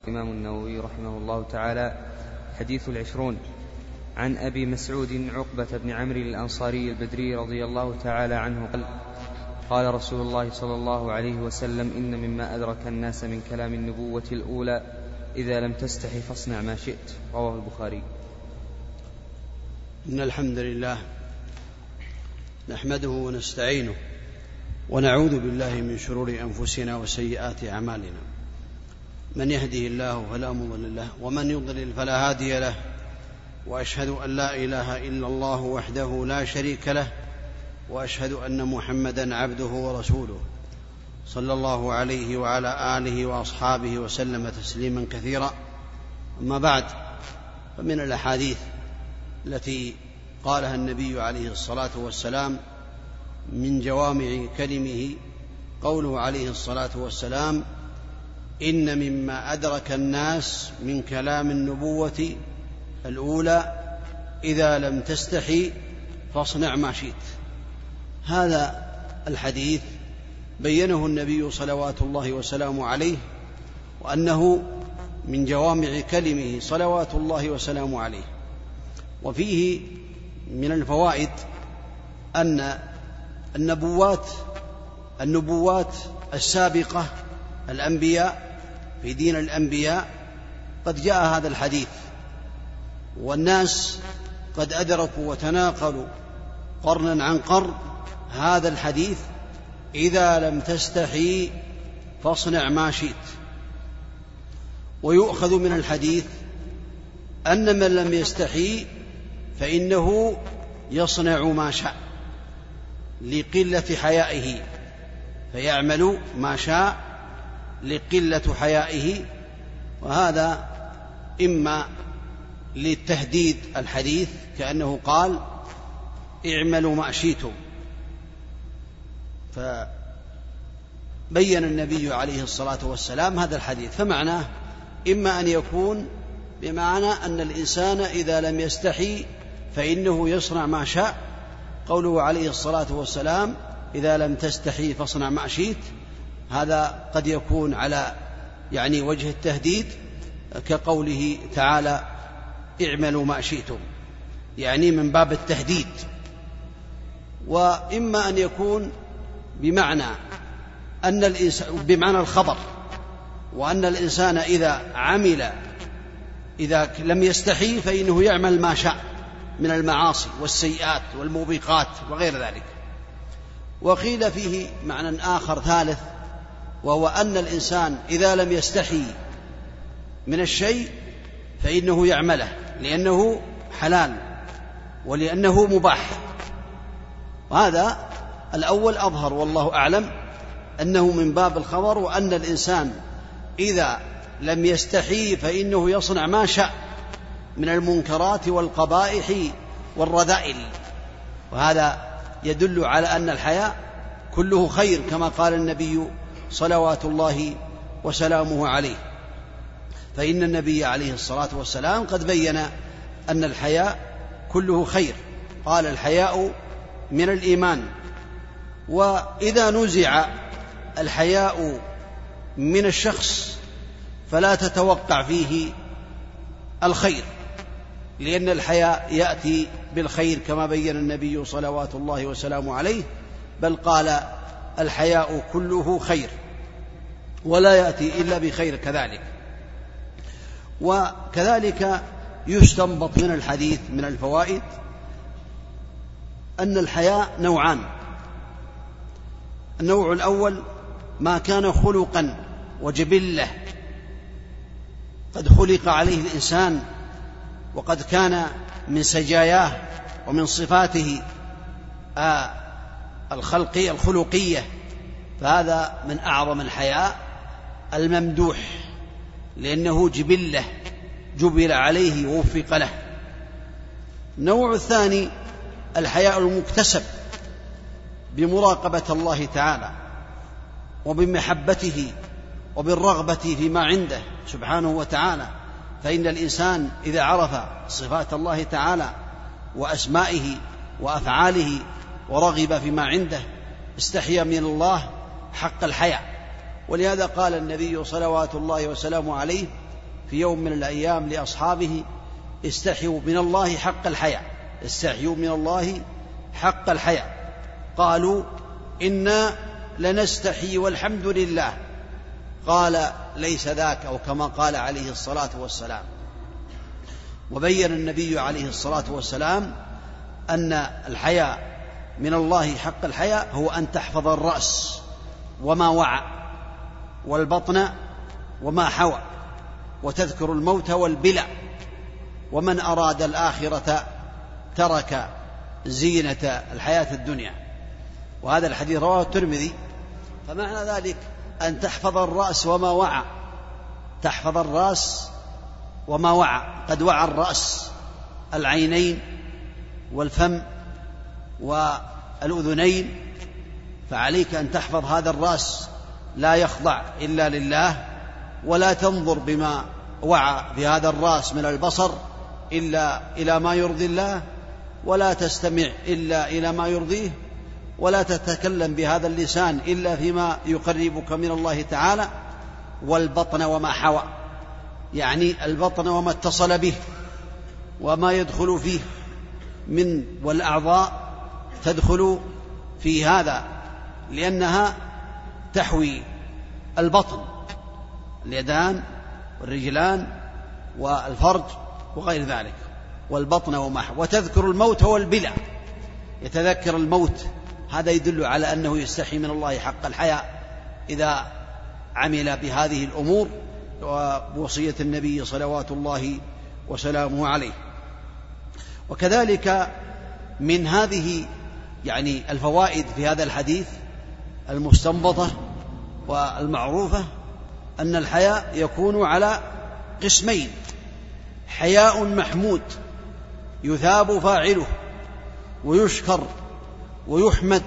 الإمام النووي رحمه الله تعالى. حديث 20 عن أبي مسعود عقبة بن عمرو الأنصاري البدري رضي الله تعالى عنه قال: قال رسول الله صلى الله عليه وسلم: إن مما أدرك الناس من كلام النبوة الأولى إذا لم تستحي فاصنع ما شئت. رواه البخاري. إن الحمد لله نحمده ونستعينه ونعوذ بالله من شرور أنفسنا وسيئات أعمالنا، من يهده الله فلا مضل له ومن يضلل فلا هادي له، وأشهد أن لا إله إلا الله وحده لا شريك له، وأشهد أن محمدا عبده ورسوله صلى الله عليه وعلى آله وأصحابه وسلم تسليما كثيرا. أما بعد، فمن الأحاديث التي قالها النبي عليه الصلاة والسلام من جوامع كلمه قوله عليه الصلاة والسلام: إن مما أدرك الناس من كلام النبوة الأولى إذا لم تستحي فاصنع ما شئت. هذا الحديث بينه النبي صلوات الله وسلامه عليه، وأنه من جوامع كلمه صلوات الله وسلامه عليه. وفيه من الفوائد أن النبوات السابقة، الأنبياء في دين الأنبياء، قد جاء هذا الحديث، والناس قد أدركوا وتناقلوا قرنا عن قرن هذا الحديث: إذا لم تستحي فاصنع ما شئت. ويؤخذ من الحديث أن من لم يستحي فإنه يصنع ما شاء لقلة حيائه، فيعمل ما شاء لقلة حيائه. وهذا إما للتهديد الحديث، كأنه قال: اعملوا ما شئتم. فبين النبي عليه الصلاة والسلام هذا الحديث، فمعناه إما أن يكون بمعنى أن الإنسان إذا لم يستحي فإنه يصنع ما شاء، قوله عليه الصلاة والسلام: إذا لم تستحي فاصنع ما شئت، هذا قد يكون على وجه التهديد، كقوله تعالى: اعملوا ما شئتم، من باب التهديد. وإما أن يكون بمعنى بمعنى الخبر، وأن الإنسان إذا لم يستحي فإنه يعمل ما شاء من المعاصي والسيئات والموبقات وغير ذلك. وقيل فيه معنى آخر ثالث، وهو أن الإنسان إذا لم يستحي من الشيء فإنه يعمله لأنه حلال ولأنه مباح. وهذا الأول أظهر والله أعلم أنه من باب الخبر، وأن الإنسان إذا لم يستحي فإنه يصنع ما شاء من المنكرات والقبائح والرذائل. وهذا يدل على أن الحياء كله خير، كما قال النبي صلوات الله وسلامه عليه. فإن النبي عليه الصلاة والسلام قد بين أن الحياء كله خير، قال: الحياء من الإيمان. وإذا نزع الحياء من الشخص فلا تتوقع فيه الخير، لأن الحياء يأتي بالخير كما بين النبي صلوات الله وسلامه عليه، بل قال: الحياء كله خير ولا يأتي إلا بخير كذلك. وكذلك يستنبط من الحديث من الفوائد أن الحياء نوعان: النوع الأول ما كان خلقا وجبلة، قد خلق عليه الإنسان وقد كان من سجاياه ومن صفاته الخلقية، فهذا من أعظم الحياء الممدوح، لأنه جبلة جبل عليه ووفق له. النوع الثاني الحياء المكتسب بمراقبة الله تعالى وبمحبته وبالرغبة فيما عنده سبحانه وتعالى. فإن الإنسان إذا عرف صفات الله تعالى وأسمائه وأفعاله ورغب فيما عنده استحيا من الله حق الحياء. ولهذا قال النبي صلوات الله وسلامه عليه: في يوم من الأيام لأصحابه: استحيوا من الله حق الحياء، استحيوا من الله حق الحياء. قالوا: إنا لنستحي والحمد لله. قال: ليس ذاك، أو كما قال عليه الصلاة والسلام. وبين النبي عليه الصلاة والسلام أن الحياء من الله حق الحياء هو أن تحفظ الرأس وما وعى، والبطن وما حوى، وتذكر الموت والبلى، ومن أراد الآخرة ترك زينة الحياة الدنيا. وهذا الحديث رواه الترمذي. فمعنى ذلك أن تحفظ الرأس وما وعى، تحفظ الرأس وما وعى. قد وعى الرأس العينين والفم والأذنين، فعليك أن تحفظ هذا الرأس، لا يخضع إلا لله، ولا تنظر بما وعى في هذا الرأس من البصر إلا إلى ما يرضي الله، ولا تستمع إلا إلى ما يرضيه، ولا تتكلم بهذا اللسان إلا فيما يقربك من الله تعالى. والبطن وما حوى، يعني البطن وما اتصل به وما يدخل فيه من والأعضاء تدخل في هذا، لأنها تحوي البطن: اليدان والرجلان والفرج وغير ذلك. والبطن وما حوى. وتذكر الموت والبلى، يتذكر الموت. هذا يدل على أنه يستحي من الله حق الحياء إذا عمل بهذه الأمور ووصية النبي صلوات الله وسلامه عليه. وكذلك من هذه يعني الفوائد في هذا الحديث المستنبطة والمعروفة أن الحياء يكون على قسمين: حياء محمود يثاب فاعله ويشكر ويحمد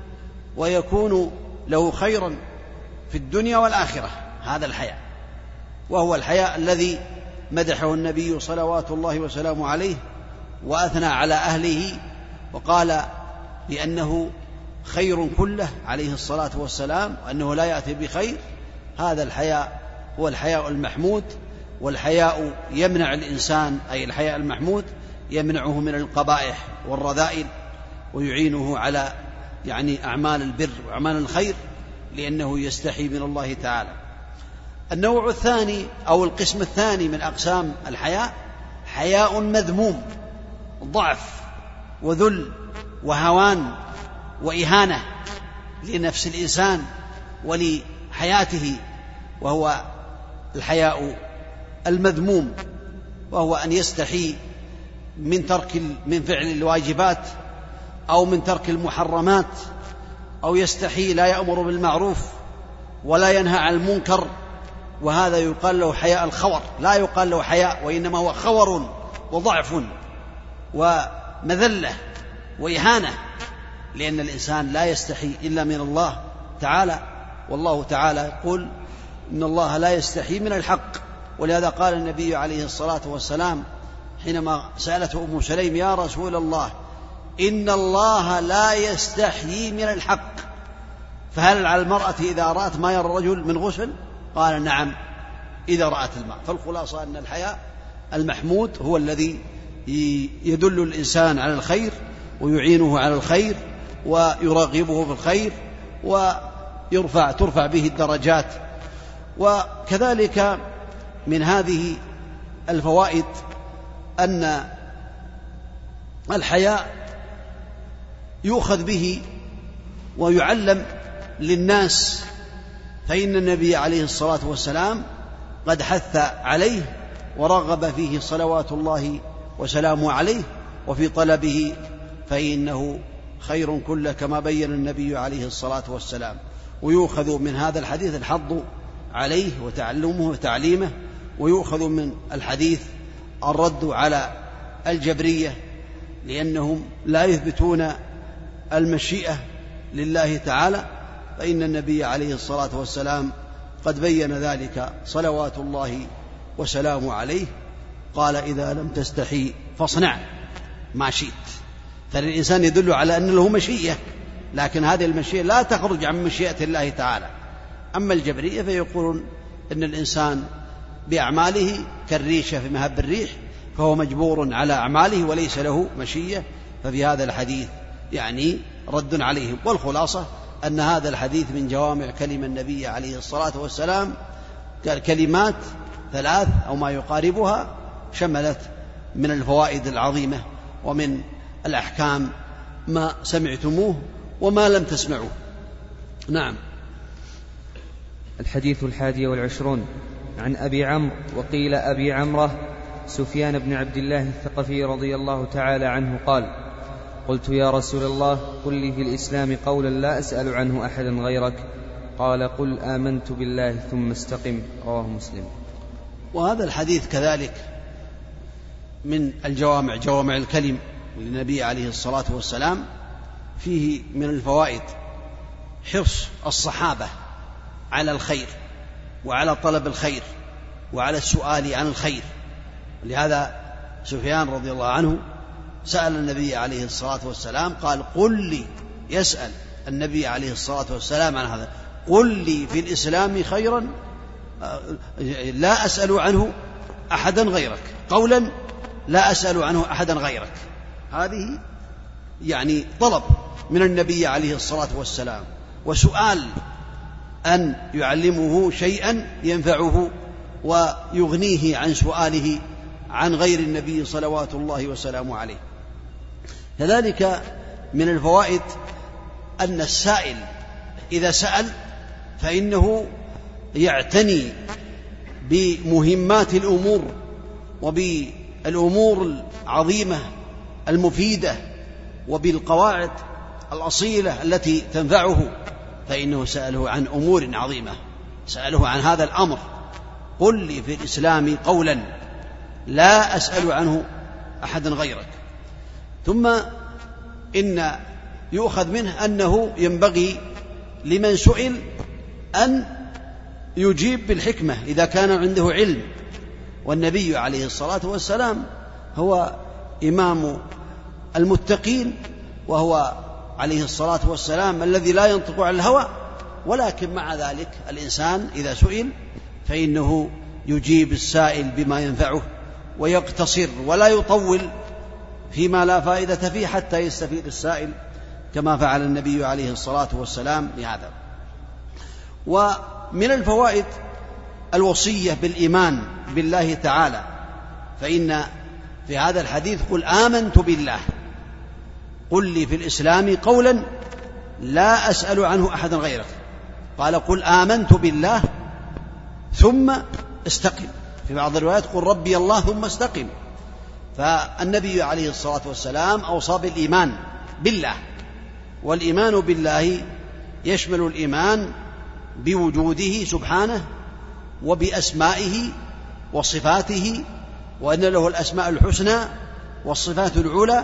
ويكون له خيرا في الدنيا والآخرة، هذا الحياء، وهو الحياء الذي مدحه النبي صلوات الله وسلامه عليه وأثنى على أهله وقال بأنه خير كله عليه الصلاة والسلام، وأنه لا يأتي بخير. هذا الحياء هو الحياء المحمود. والحياء يمنع الإنسان، أي الحياء المحمود يمنعه من القبائح والرذائل، ويعينه على يعني أعمال البر وأعمال الخير، لأنه يستحي من الله تعالى. النوع الثاني أو القسم الثاني من أقسام الحياء حياء مذموم، ضعف وذل وهوان وإهانة لنفس الإنسان ولحياته، وهو الحياء المذموم، وهو أن يستحي من فعل الواجبات أو من ترك المحرمات، أو يستحي لا يأمر بالمعروف ولا ينهى عن المنكر. وهذا يقال له حياء الخور، لا يقال له حياء، وإنما هو خور وضعف ومذلة وإهانة، لأن الإنسان لا يستحي إلا من الله تعالى. والله تعالى يقول: إن الله لا يستحي من الحق. ولهذا قال النبي عليه الصلاة والسلام حينما سألته أم سليم: يا رسول الله، إن الله لا يستحيي من الحق، فهل على المرأة إذا رأت ما يرى الرجل من غسل؟ قال: نعم، إذا رأت الماء. فالخلاصة أن الحياء المحمود هو الذي يدل الإنسان على الخير ويعينه على الخير ويرغبه في الخير ترفع به الدرجات. وكذلك من هذه الفوائد أن الحياء يؤخذ به ويعلم للناس، فإن النبي عليه الصلاة والسلام قد حث عليه ورغب فيه صلوات الله وسلامه عليه وفي طلبه، فإنه خير كله كما بين النبي عليه الصلاة والسلام. ويؤخذ من هذا الحديث الحض عليه وتعلمه وتعليمه، ويؤخذ من الحديث الرد على الجبرية، لأنهم لا يثبتون المشيئة لله تعالى، فإن النبي عليه الصلاة والسلام قد بين ذلك صلوات الله وسلامه عليه. قال: إذا لم تستحي فاصنع ما شئت. فالإنسان يدل على أن له مشيئة، لكن هذه المشيئة لا تخرج عن مشيئة الله تعالى. أما الجبرية فيقولون أن الإنسان بأعماله كالريشة في مهب الريح، فهو مجبور على أعماله وليس له مشية. ففي هذا الحديث يعني رد عليهم. والخلاصة أن هذا الحديث من جوامع كلم النبي عليه الصلاة والسلام، كلمات 3 أو ما يقاربها، شملت من الفوائد العظيمة ومن الأحكام ما سمعتموه وما لم تسمعوه. نعم. الحديث 21 عن أبي عمرو وقيل أبي عمرة سفيان بن عبد الله الثقفي رضي الله تعالى عنه قال: قلت يا رسول الله قل لي في الإسلام قولا لا أسأل عنه أحدا غيرك، قال: قل آمنت بالله ثم استقم. رواه مسلم. وهذا الحديث كذلك من الجوامع، جوامع الكلم للنبي عليه الصلاة والسلام. فيه من الفوائد حرص الصحابة على الخير وعلى طلب الخير وعلى السؤال عن الخير. لهذا سفيان رضي الله عنه سأل النبي عليه الصلاة والسلام، قال: قل لي، يسأل النبي عليه الصلاة والسلام عن هذا، قل لي في الإسلام خيرا لا أسأل عنه أحدا غيرك، قولا لا أسأل عنه أحدا غيرك. هذه يعني طلب من النبي عليه الصلاة والسلام، وسؤال أن يعلمه شيئا ينفعه ويغنيه عن سؤاله عن غير النبي صلوات الله وسلامه عليه. كذلك من الفوائد أن السائل إذا سأل فإنه يعتني بمهمات الأمور وبالأمور العظيمة المفيدة وبالقواعد الأصيلة التي تنفعه، فإنه سأله عن أمور عظيمة، سأله عن هذا الأمر: قل لي في الإسلام قولا لا أسأل عنه أحدا غيرك. ثم إن يؤخذ منه أنه ينبغي لمن سئل أن يجيب بالحكمة إذا كان عنده علم، والنبي عليه الصلاة والسلام هو إمام المتقين، وهو عليه الصلاة والسلام الذي لا ينطق عن الهوى، ولكن مع ذلك الإنسان إذا سئل فإنه يجيب السائل بما ينفعه ويقتصر ولا يطول فيما لا فائدة فيه حتى يستفيد السائل، كما فعل النبي عليه الصلاة والسلام لهذا. ومن الفوائد الوصية بالإيمان بالله تعالى، فإن في هذا الحديث: قل آمنت بالله، قل لي في الإسلام قولا لا أسأل عنه أحدا غيرك، قال: قل آمنت بالله ثم استقم. في بعض الروايات: قل ربي الله ثم استقم. فالنبي عليه الصلاة والسلام أوصى بالإيمان بالله، والإيمان بالله يشمل الإيمان بوجوده سبحانه وبأسمائه وصفاته، وأن له الأسماء الحسنى والصفات العلى،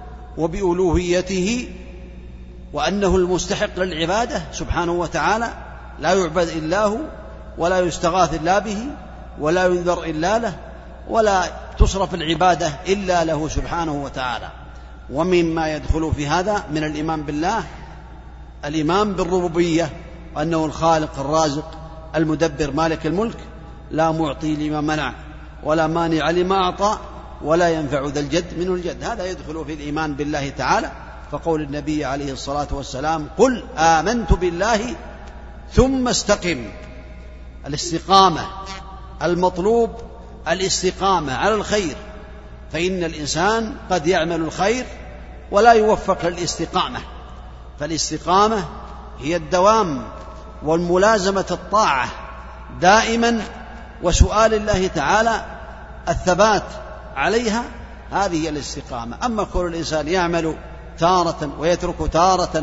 وبألوهيته، وأنه المستحق للعبادة سبحانه وتعالى، لا يعبد إلا هو، ولا يستغاث إلا به، ولا ينذر إلا له، ولا تصرف العبادة إلا له سبحانه وتعالى. ومما يدخل في هذا من الإيمان بالله الإيمان بالربوبية، وأنه الخالق الرازق المدبر مالك الملك، لا معطي لما منع ولا مانع لما أعطى ولا ينفع ذا الجد منه الجد. هذا يدخل في الإيمان بالله تعالى. فقول النبي عليه الصلاة والسلام: قل آمنت بالله ثم استقم. الاستقامة المطلوب الاستقامة على الخير، فإن الإنسان قد يعمل الخير ولا يوفق للاستقامة، فالاستقامة هي الدوام والملازمة الطاعة دائما، وسؤال الله تعالى الثبات عليها، هذه هي الاستقامة. أما كل الإنسان يعمل تارة ويترك تارة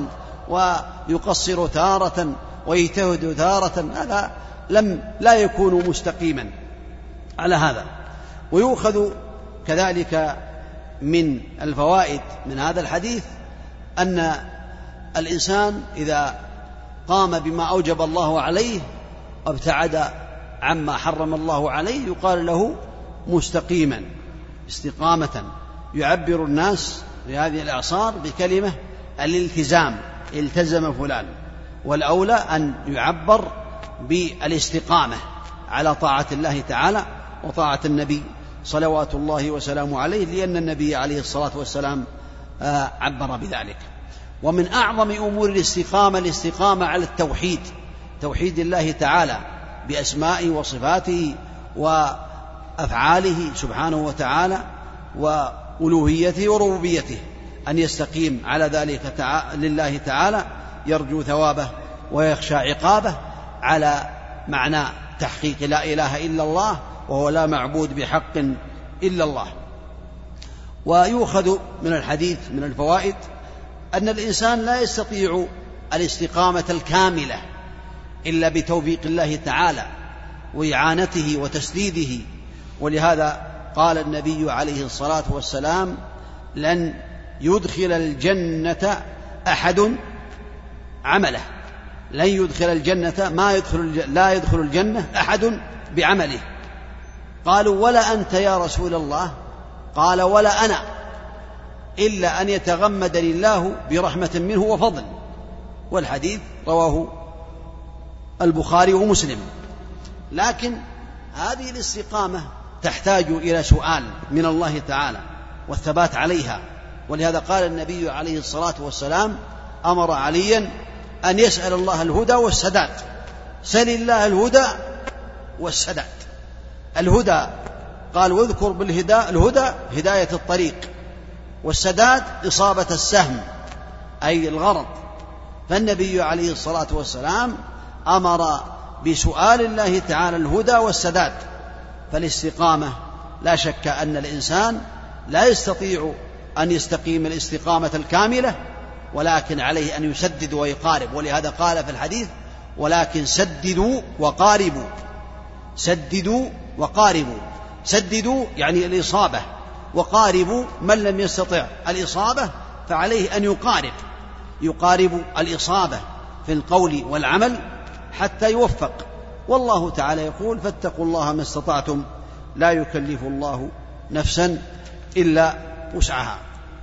ويقصر تارة ويجتهد تارة، هذا لا يكون مستقيما على هذا. ويؤخذ كذلك من الفوائد من هذا الحديث أن الإنسان إذا قام بما أوجب الله عليه وابتعد عما حرم الله عليه يقال له مستقيما استقامة. يعبر الناس في هذه الأعصار بكلمة الالتزام، التزم فلان، والأولى أن يعبر بالاستقامة على طاعة الله تعالى وطاعة النبي صلوات الله وسلامه عليه، لأن النبي عليه الصلاة والسلام عبر بذلك. ومن أعظم أمور الاستقامة على التوحيد، توحيد الله تعالى بأسمائه وصفاته وأفعاله سبحانه وتعالى وألوهيته وربوبيته، أن يستقيم على ذلك لله تعالى، يرجو ثوابه ويخشى عقابه، على معنى تحقيق لا إله إلا الله، وهو لا معبود بحق إلا الله. ويؤخذ من الحديث من الفوائد أن الإنسان لا يستطيع الاستقامة الكاملة إلا بتوفيق الله تعالى وإعانته وتسديده. ولهذا قال النبي عليه الصلاة والسلام: لن يدخل الجنة أحد عمله، لن يدخل الجنة لا يدخل الجنة أحد بعمله. قالوا: ولا أنت يا رسول الله؟ قال: ولا أنا، إلا أن يتغمدني الله برحمة منه وفضل. والحديث رواه البخاري ومسلم. لكن هذه الاستقامة تحتاج إلى سؤال من الله تعالى والثبات عليها. ولهذا قال النبي عليه الصلاة والسلام: أمر عليا أن يسأل الله الهدى والسداد. سل الله الهدى والسداد. الهدى قال: واذكر الهدى هداية الطريق، والسداد إصابة السهم أي الغرض. فالنبي عليه الصلاة والسلام أمر بسؤال الله تعالى الهدى والسداد. فالاستقامة لا شك أن الإنسان لا يستطيع أن يستقيم الاستقامة الكاملة، ولكن عليه أن يسدد ويقارب. ولهذا قال في الحديث: ولكن سددوا وقاربوا. سددوا وقاربوا. سددوا يعني الإصابة، وقاربوا من لم يستطع الإصابة فعليه أن يقارب الإصابة في القول والعمل حتى يوفق. والله تعالى يقول: فاتقوا الله ما استطعتم لا يكلف الله نفسا إلا وسعها.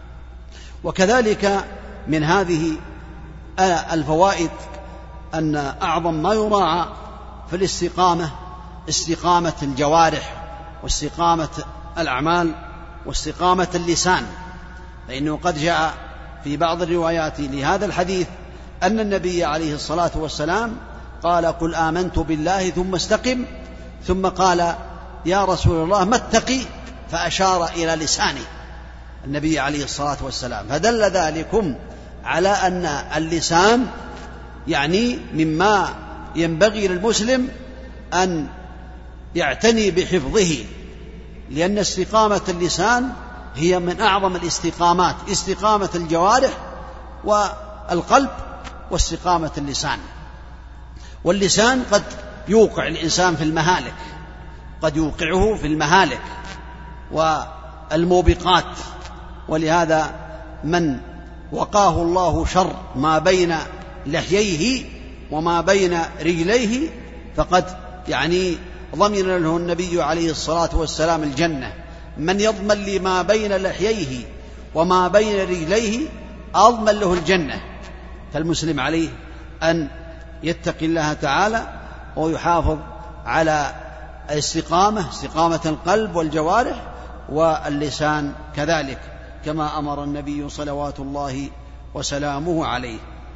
وكذلك من هذه الفوائد أن أعظم ما يراعى في الاستقامة استقامة الجوارح واستقامة الأعمال واستقامة اللسان. فإنه قد جاء في بعض الروايات لهذا الحديث أن النبي عليه الصلاة والسلام قال: قل آمنت بالله ثم استقم، ثم قال: يا رسول الله ما اتقي؟ فأشار إلى لسانه النبي عليه الصلاة والسلام. فدل ذلكم على أن اللسان يعني مما ينبغي للمسلم أن يعتني بحفظه، لأن استقامة اللسان هي من أعظم الاستقامات، استقامة الجوارح والقلب واستقامة اللسان. واللسان قد يوقع الإنسان في المهالك، قد يوقعه في المهالك والموبقات. ولهذا من وقاه الله شر ما بين لحييه وما بين رجليه فقد ضمن له النبي عليه الصلاة والسلام الجنة. من يضمن لي ما بين لحييه وما بين رجليه أضمن له الجنة. فالمسلم عليه أن يتقي الله تعالى ويحافظ على استقامة القلب والجوارح واللسان كذلك، كما أمر النبي صلوات الله وسلامه عليه.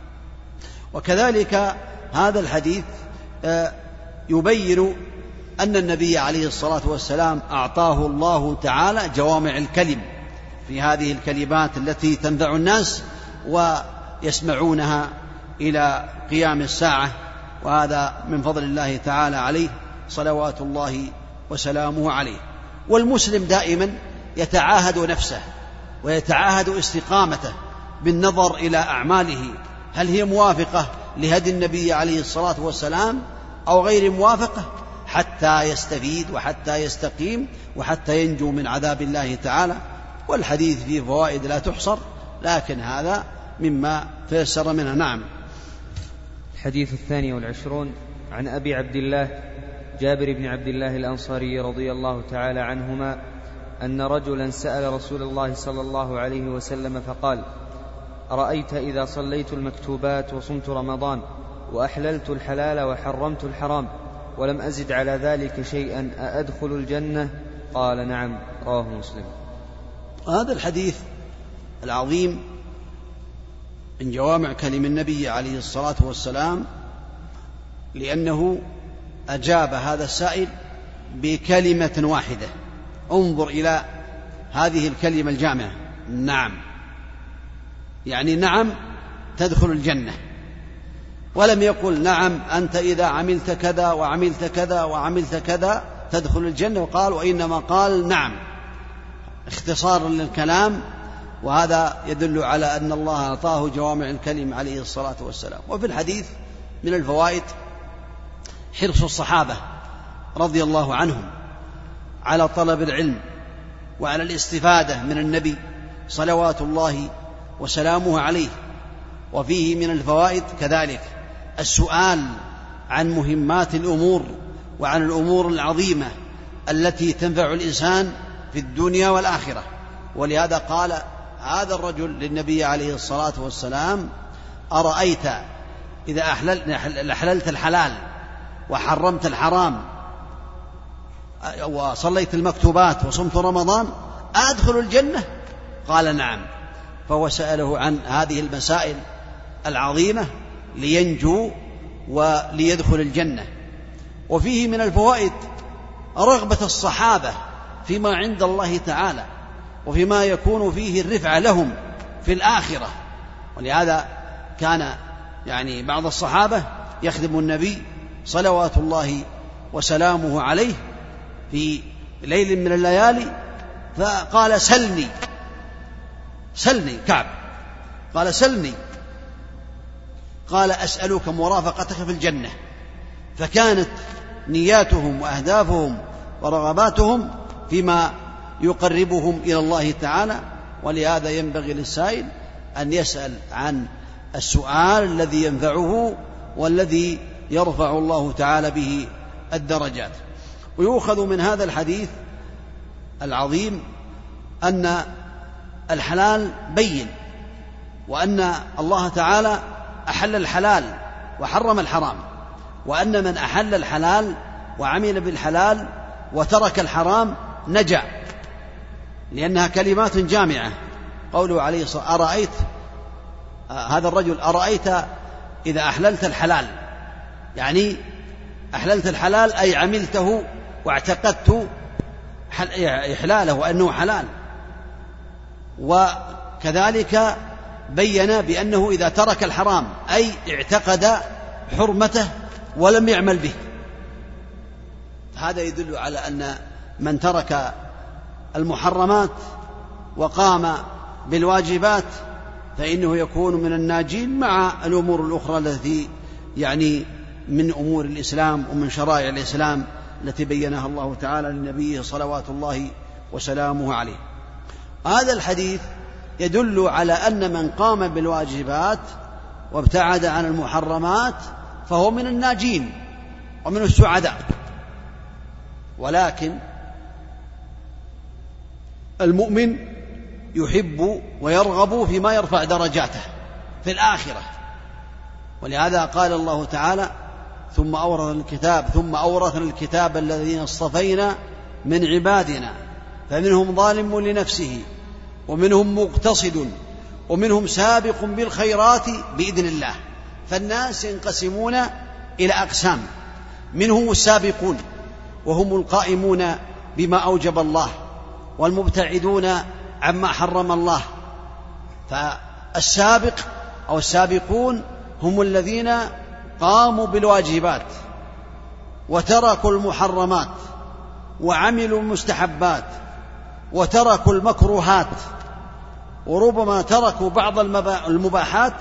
وكذلك هذا الحديث يبين أن النبي عليه الصلاة والسلام أعطاه الله تعالى جوامع الكلم في هذه الكلمات التي تنفع الناس ويسمعونها إلى قيام الساعة، وهذا من فضل الله تعالى عليه صلوات الله وسلامه عليه. والمسلم دائما يتعاهد نفسه ويتعاهد استقامته بالنظر إلى أعماله، هل هي موافقة لهدي النبي عليه الصلاة والسلام أو غير موافقة، حتى يستفيد وحتى يستقيم وحتى ينجو من عذاب الله تعالى. والحديث فيه فوائد لا تحصر، لكن هذا مما تيسر منه. نعم. الحديث 22 عن أبي عبد الله جابر بن عبد الله الأنصاري رضي الله تعالى عنهما أن رجلا سأل رسول الله صلى الله عليه وسلم فقال: أرأيت إذا صليت المكتوبات وصمت رمضان وأحللت الحلال وحرمت الحرام ولم أزد على ذلك شيئا أأدخل الجنة؟ قال نعم. رواه مسلم. هذا الحديث العظيم من جوامع كلم النبي عليه الصلاة والسلام، لأنه أجاب هذا السائل بكلمة واحدة. انظر إلى هذه الكلمة الجامعة، نعم، يعني نعم تدخل الجنة، ولم يقل نعم أنت إذا عملت كذا وعملت كذا وعملت كذا تدخل الجنة، وقال وإنما قال نعم، اختصار للكلام. وهذا يدل على أن الله أعطاه جوامع الكلم عليه الصلاة والسلام. وفي الحديث من الفوائد حرص الصحابة رضي الله عنهم على طلب العلم وعلى الاستفادة من النبي صلوات الله وسلامه عليه. وفيه من الفوائد كذلك السؤال عن مهمات الأمور وعن الأمور العظيمة التي تنفع الإنسان في الدنيا والآخرة. ولهذا قال هذا الرجل للنبي عليه الصلاة والسلام: أرأيت إذا أحللت الحلال وحرمت الحرام وصليت المكتوبات وصمت رمضان أدخل الجنة؟ قال نعم. فهو سأله عن هذه المسائل العظيمة لينجو وليدخل الجنة. وفيه من الفوائد رغبة الصحابة فيما عند الله تعالى وفيما يكون فيه الرفعة لهم في الآخرة. ولهذا كان بعض الصحابة يخدم النبي صلوات الله وسلامه عليه في ليل من الليالي، فقال سلني كعب، قال سلني، قال أسألك مرافقتك في الجنة. فكانت نياتهم وأهدافهم ورغباتهم فيما يقربهم إلى الله تعالى. ولهذا ينبغي للسائل أن يسأل عن السؤال الذي ينفعه والذي يرفع الله تعالى به الدرجات. ويؤخذ من هذا الحديث العظيم أن الحلال بين، وأن الله تعالى أحل الحلال وحرم الحرام، وأن من أحل الحلال وعمل بالحلال وترك الحرام نجا، لأنها كلمات جامعة. قوله عليه الصلاة أرأيت هذا الرجل أرأيت إذا أحللت الحلال، يعني أحللت الحلال أي عملته واعتقدت إحلاله وأنه حلال. وكذلك بين بأنه إذا ترك الحرام أي اعتقد حرمته ولم يعمل به. هذا يدل على أن من ترك المحرمات وقام بالواجبات فإنه يكون من الناجين مع الأمور الأخرى التي من أمور الإسلام ومن شرائع الإسلام التي بينها الله تعالى لنبيه صلوات الله وسلامه عليه. هذا الحديث يدل على أن من قام بالواجبات وابتعد عن المحرمات فهو من الناجين ومن السعداء. ولكن المؤمن يحب ويرغب فيما يرفع درجاته في الآخرة. ولهذا قال الله تعالى ثم أورثنا الكتاب الذين اصطفينا من عبادنا فمنهم ظالم لنفسه ومنهم مقتصد ومنهم سابق بالخيرات بإذن الله. فالناس ينقسمون إلى أقسام: منهم السابقون وهم القائمون بما أوجب الله والمبتعدون عما حرم الله. فالسابق أو السابقون هم الذين قاموا بالواجبات وتركوا المحرمات وعملوا المستحبات وتركوا المكروهات، وربما تركوا بعض المباحات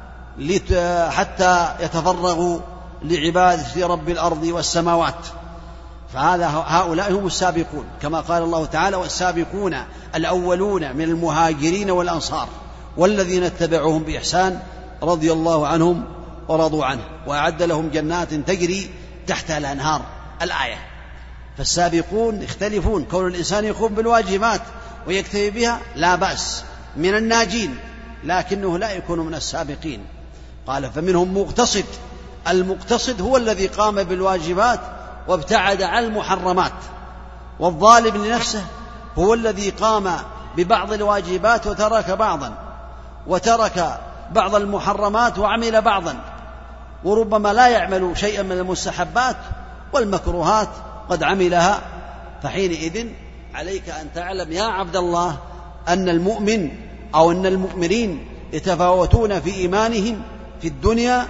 حتى يتفرغوا لعبادة رب الأرض والسماوات. هؤلاء هم السابقون، كما قال الله تعالى: والسابقون الأولون من المهاجرين والأنصار والذين اتبعوهم بإحسان رضي الله عنهم ورضوا عنه وأعد لهم جنات تجري تحتها الأنهار. الآية. فالسابقون يختلفون، كون الإنسان يقوم بالواجبات ويكتفي بها لا بأس، من الناجين، لكنه لا يكون من السابقين. قال فمنهم مقتصد. المقتصد هو الذي قام بالواجبات وابتعد عن المحرمات. والظالم لنفسه هو الذي قام ببعض الواجبات وترك بعض المحرمات وعمل بعضا، وربما لا يعمل شيئا من المستحبات والمكروهات قد عملها. فحينئذ عليك أن تعلم يا عبد الله أن المؤمن أو أن المؤمنين يتفاوتون في إيمانهم في الدنيا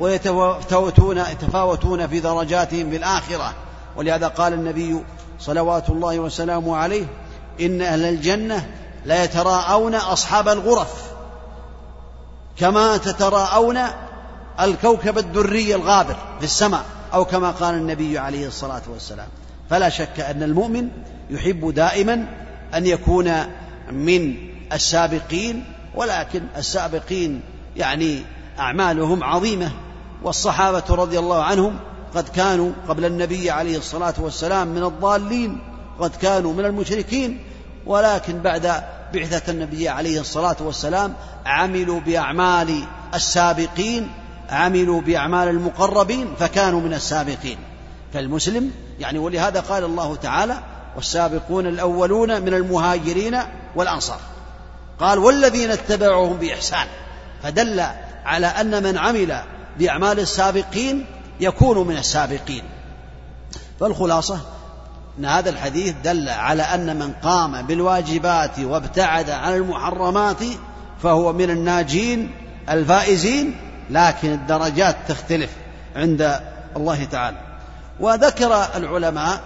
ويتفاوتون في درجاتهم في الآخرة. ولهذا قال النبي صلوات الله وسلامه عليه: إن أهل الجنة لا يتراءون أصحاب الغرف كما تتراءون الكوكب الدري الغابر في السماء، أو كما قال النبي عليه الصلاة والسلام. فلا شك أن المؤمن يحب دائما أن يكون من السابقين، ولكن السابقين يعني أعمالهم عظيمة، والصحابة رضي الله عنهم قد كانوا قبل النبي عليه الصلاة والسلام من الضالين، قد كانوا من المشركين، ولكن بعد بعثة النبي عليه الصلاة والسلام عملوا بأعمال السابقين، عملوا بأعمال المقربين، فكانوا من السابقين. فالمسلم يعني، ولهذا قال الله تعالى: والسابقون الأولون من المهاجرين والأنصار، قال: والذين اتبعوهم بإحسان، فدل على أن من عمل بأعمال السابقين يكون من السابقين. فالخلاصة أن هذا الحديث دل على أن من قام بالواجبات وابتعد عن المحرمات فهو من الناجين الفائزين، لكن الدرجات تختلف عند الله تعالى. وذكر العلماء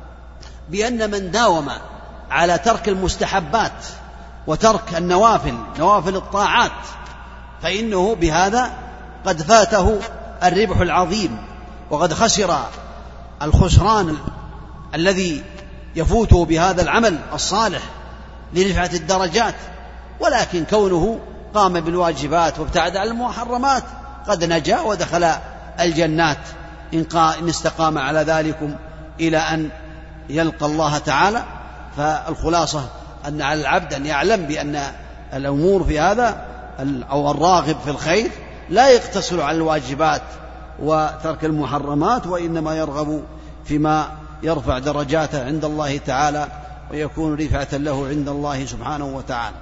بأن من داوم على ترك المستحبات وترك النوافل، نوافل الطاعات، فإنه بهذا قد فاته الربح العظيم، وقد خسر الخسران الذي يفوته بهذا العمل الصالح لرفعة الدرجات. ولكن كونه قام بالواجبات وابتعد عن المحرمات قد نجا ودخل الجنات إن استقام على ذلكم إلى أن يلقى الله تعالى. فالخلاصة أن على العبد أن يعلم بأن الأمور في هذا أو الراغب في الخير لا يقتصر على الواجبات وترك المحرمات، وإنما يرغب فيما يرفع درجاته عند الله تعالى ويكون رفعة له عند الله سبحانه وتعالى.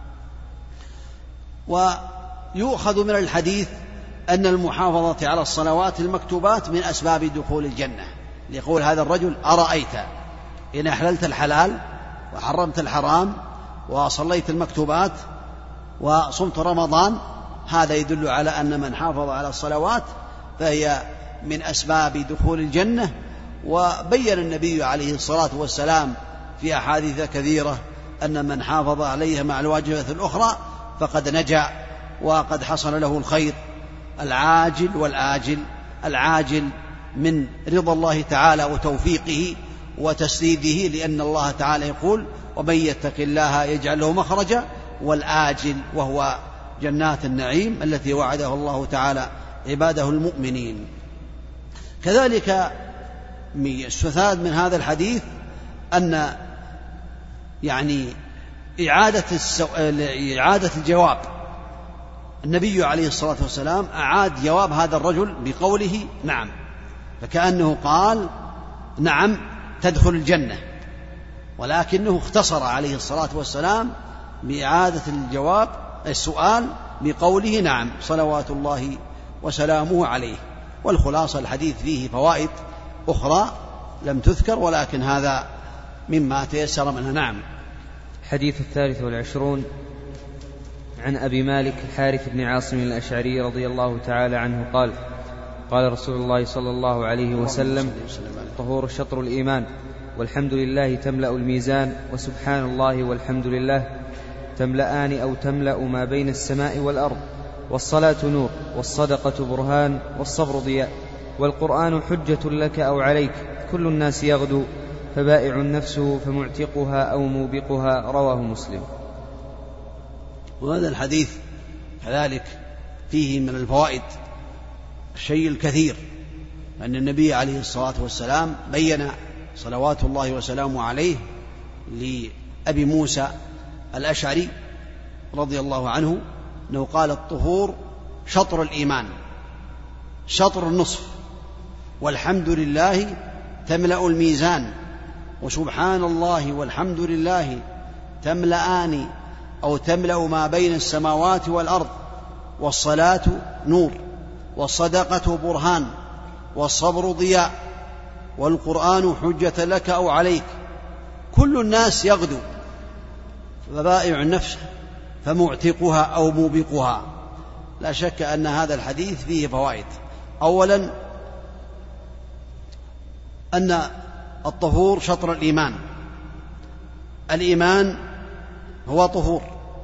ويؤخذ من الحديث أن المحافظة على الصلوات المكتوبات من أسباب دخول الجنة، ليقول هذا الرجل: أرأيت إن أحللت الحلال وحرمت الحرام وصليت المكتوبات وصمت رمضان، هذا يدل على أن من حافظ على الصلوات فهي من أسباب دخول الجنة. وبين النبي عليه الصلاة والسلام في أحاديث كثيرة أن من حافظ عليها مع الواجبات الأخرى فقد نجا وقد حصل له الخير العاجل والآجل. العاجل من رضا الله تعالى وتوفيقه وتسديده، لأن الله تعالى يقول: ومن يتق الله يجعل له مخرجا، والآجل وهو جنات النعيم التي وعده الله تعالى عباده المؤمنين. كذلك يستفاد من هذا الحديث أن يعني إعادة الجواب. النبي عليه الصلاة والسلام أعاد جواب هذا الرجل بقوله: نعم، فكأنه قال: نعم تدخل الجنة، ولكنه اختصر عليه الصلاة والسلام بإعادة الجواب السؤال بقوله: نعم، صلوات الله وسلامه عليه. والخلاصة الحديث فيه فوائد أخرى لم تذكر، ولكن هذا مما تيسر منها. نعم. حديث 23 عن أبي مالك الحارث بن عاصم الأشعري رضي الله تعالى عنه قال: قال رسول الله صلى الله عليه وسلم: الطهور شطر الإيمان، والحمد لله تملأ الميزان، وسبحان الله والحمد لله تملأان أو تملأ ما بين السماء والأرض، والصلاة نور، والصدقة برهان، والصبر ضياء، والقرآن حجة لك أو عليك، كل الناس يغدو، فبائع نفسه فمعتقها أو موبقها. رواه مسلم. وهذا الحديث كذلك فيه من الفوائد الشيء الكثير، أن النبي عليه الصلاة والسلام بين صلوات الله وسلامه عليه لأبي موسى الأشعري رضي الله عنه أنه قال: الطهور شطر الإيمان، شطر النصف، والحمد لله تملأ الميزان، وسبحان الله والحمد لله تملأان أو تملأ ما بين السماوات والأرض، والصلاة نور، والصدقة برهان، والصبر ضياء، والقرآن حجة لك أو عليك. كل الناس يغدو، فبائع النفس فمعتقها أو موبقها. لا شك أن هذا الحديث فيه فوائد. أولا أن الطهور شطر الإيمان، الإيمان هو طهور،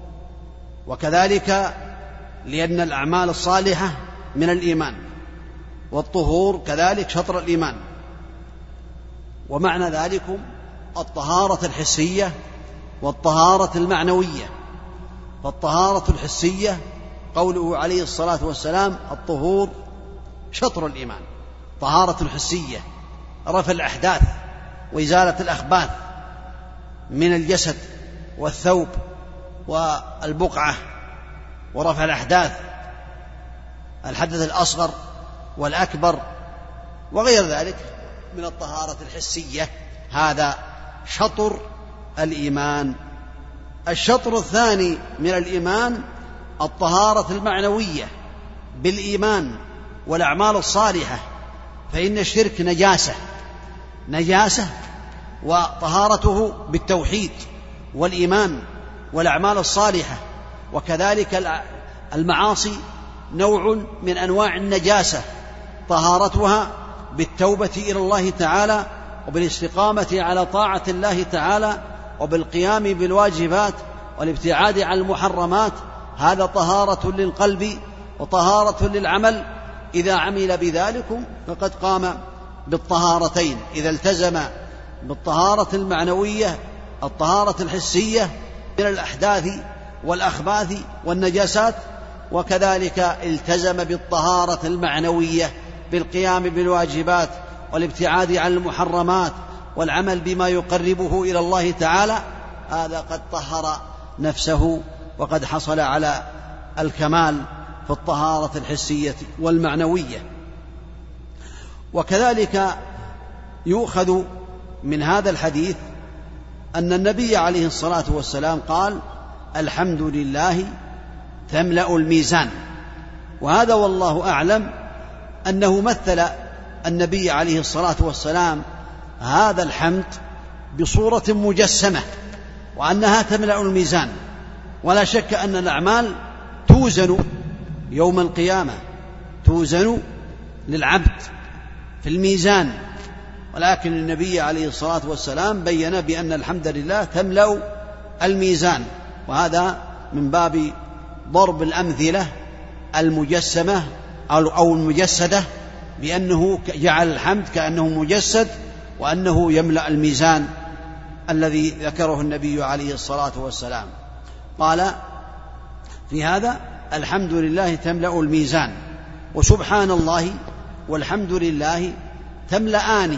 وكذلك لأن الأعمال الصالحة من الإيمان، والطهور كذلك شطر الإيمان. ومعنى ذلك الطهارة الحسية والطهارة المعنوية. فالطهارة الحسية قوله عليه الصلاة والسلام الطهور شطر الإيمان، طهارة حسية، رفع الأحداث وإزالة الأخباث من الجسد والثوب والبقعة، ورفع الأحداث، الحدث الأصغر والأكبر وغير ذلك من الطهارة الحسية. هذا شطر الإيمان. الشطر الثاني من الإيمان الطهارة المعنوية بالإيمان والأعمال الصالحة، فإن الشرك نجاسة، وطهارته بالتوحيد والإيمان والأعمال الصالحة. وكذلك المعاصي نوع من أنواع النجاسة، طهارتها بالتوبة إلى الله تعالى، وبالاستقامة على طاعة الله تعالى، وبالقيام بالواجبات والابتعاد عن المحرمات. هذا طهارة للقلب وطهارة للعمل. إذا عمل بذلك فقد قام بالطهارتين، إذا التزم بالطهارة المعنوية الطهارة الحسية من الأحداث والأخباث والنجاسات، وكذلك التزم بالطهارة المعنوية بالقيام بالواجبات والابتعاد عن المحرمات والعمل بما يقربه إلى الله تعالى. هذا قد طهر نفسه وقد حصل على الكمال في الطهارة الحسية والمعنوية. وكذلك يؤخذ من هذا الحديث أن النبي عليه الصلاة والسلام قال الحمد لله تملأ الميزان. وهذا والله أعلم أنه مثل النبي عليه الصلاة والسلام هذا الحمد بصورة مجسمة، وأنها تملأ الميزان. ولا شك أن الأعمال توزن يوم القيامة، توزن للعبد في الميزان، ولكن النبي عليه الصلاة والسلام بيّن بأن الحمد لله تملأ الميزان. وهذا من باب ضرب الأمثلة المجسمة أو المجسدة، بأنه جعل الحمد كأنه مجسد، وأنه يملأ الميزان الذي ذكره النبي عليه الصلاة والسلام. قال في هذا الحمد لله تملأ الميزان، وسبحان الله والحمد لله تملأان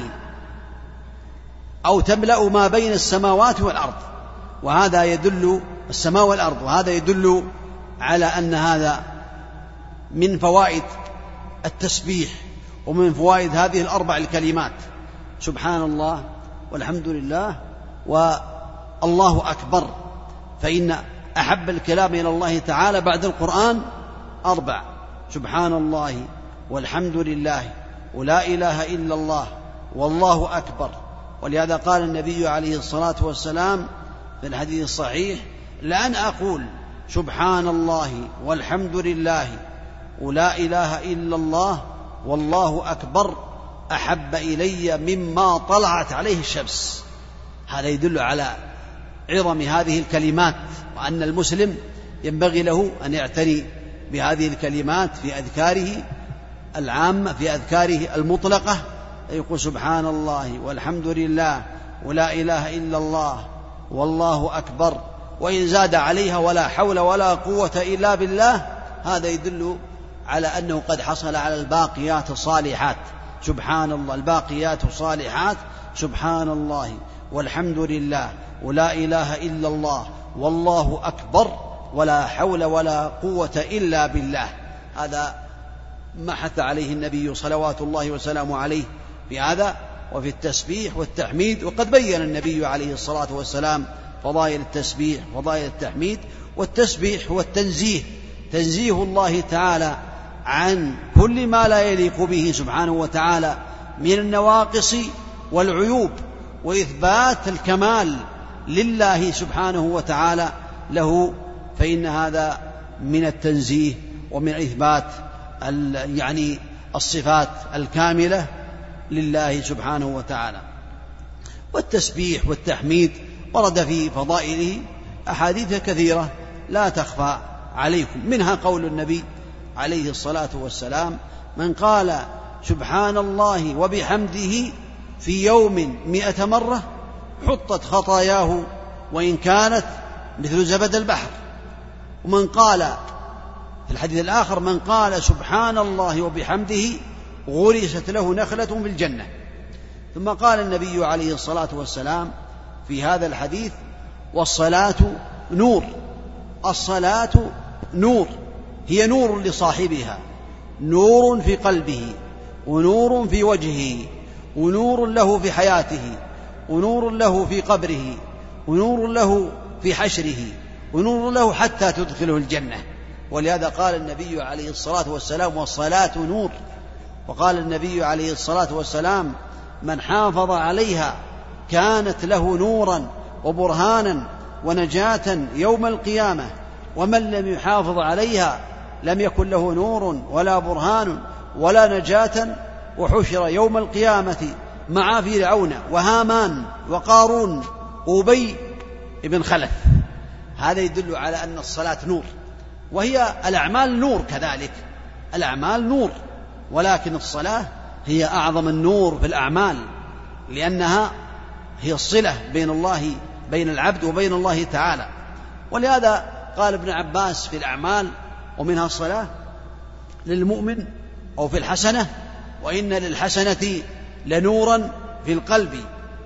أو تملأ ما بين السماوات والأرض. وهذا يدل السماء والأرض، وهذا يدل على أن هذا من فوائد التسبيح ومن فوائد هذه الأربع الكلمات سبحان الله والحمد لله والله أكبر. فإن أحب الكلام إلى الله تعالى بعد القرآن أربع: سبحان الله والحمد لله ولا إله إلا الله والله أكبر. ولهذا قال النبي عليه الصلاة والسلام في الحديث الصحيح: لأن أقول سبحان الله والحمد لله ولا إله إلا الله والله أكبر أحب إلي مما طلعت عليه الشمس. هذا يدل على عظم هذه الكلمات، وأن المسلم ينبغي له أن يعتني بهذه الكلمات في أذكاره العامة، في أذكاره المطلقة، يقول سبحان الله والحمد لله ولا إله إلا الله والله أكبر، وإن زاد عليها ولا حول ولا قوة إلا بالله. هذا يدل على أنه قد حصل على الباقيات الصالحات. سبحان الله الباقيات الصالحات: سبحان الله والحمد لله ولا إله إلا الله والله أكبر ولا حول ولا قوة إلا بالله. هذا ما حث عليه النبي صلوات الله وسلامه عليه بهذا، وفي التسبيح والتحميد. وقد بين النبي عليه الصلاة والسلام فضائل التسبيح وفضائل التحميد. والتسبيح هو التنزيه، تنزيه الله تعالى عن كل ما لا يليق به سبحانه وتعالى من النواقص والعيوب، وإثبات الكمال لله سبحانه وتعالى له، فإن هذا من التنزيه ومن إثبات الصفات الكاملة لله سبحانه وتعالى. والتسبيح والتحميد ورد في فضائله أحاديث كثيرة لا تخفى عليكم، منها قول النبي عليه الصلاة والسلام: من قال سبحان الله وبحمده في يوم 100 مرة حطت خطاياه وإن كانت مثل زبد البحر. ومن قال في الحديث الآخر: من قال سبحان الله وبحمده غرست له نخلة في الجنة. ثم قال النبي عليه الصلاة والسلام في هذا الحديث: والصلاة نور. الصلاة نور، هي نور لصاحبها، نور في قلبه، ونور في وجهه، ونور له في حياته، ونور له في قبره، ونور له في حشره، ونور له حتى تدخله الجنة. ولهذا قال النبي عليه الصلاة والسلام: والصلاة نور. وقال النبي عليه الصلاة والسلام: من حافظ عليها كانت له نورا وبرهانا ونجاة يوم القيامة، ومن لم يحافظ عليها لم يكن له نور ولا برهان ولا نجاة، وحشر يوم القيامة مع فرعون وهامان وقارون وأبي بن خلف. هذا يدل على أن الصلاة نور، وهي الأعمال نور كذلك، الأعمال نور، ولكن الصلاة هي أعظم النور في الأعمال، لأنها هي الصلة بين العبد وبين الله تعالى. ولهذا قال ابن عباس في الأعمال ومنها الصلاة للمؤمن أو في الحسنة: وإن للحسنة لنورا في القلب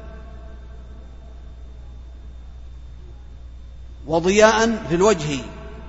وضياء في الوجه